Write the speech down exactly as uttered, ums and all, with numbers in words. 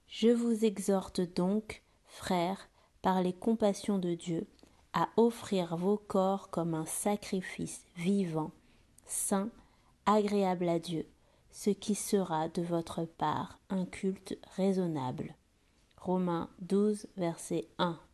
Je vous exhorte donc, frères, par les compassions de Dieu, à offrir vos corps comme un sacrifice vivant, saint, agréable à Dieu, ce qui sera de votre part un culte raisonnable. Romains douze, verset un.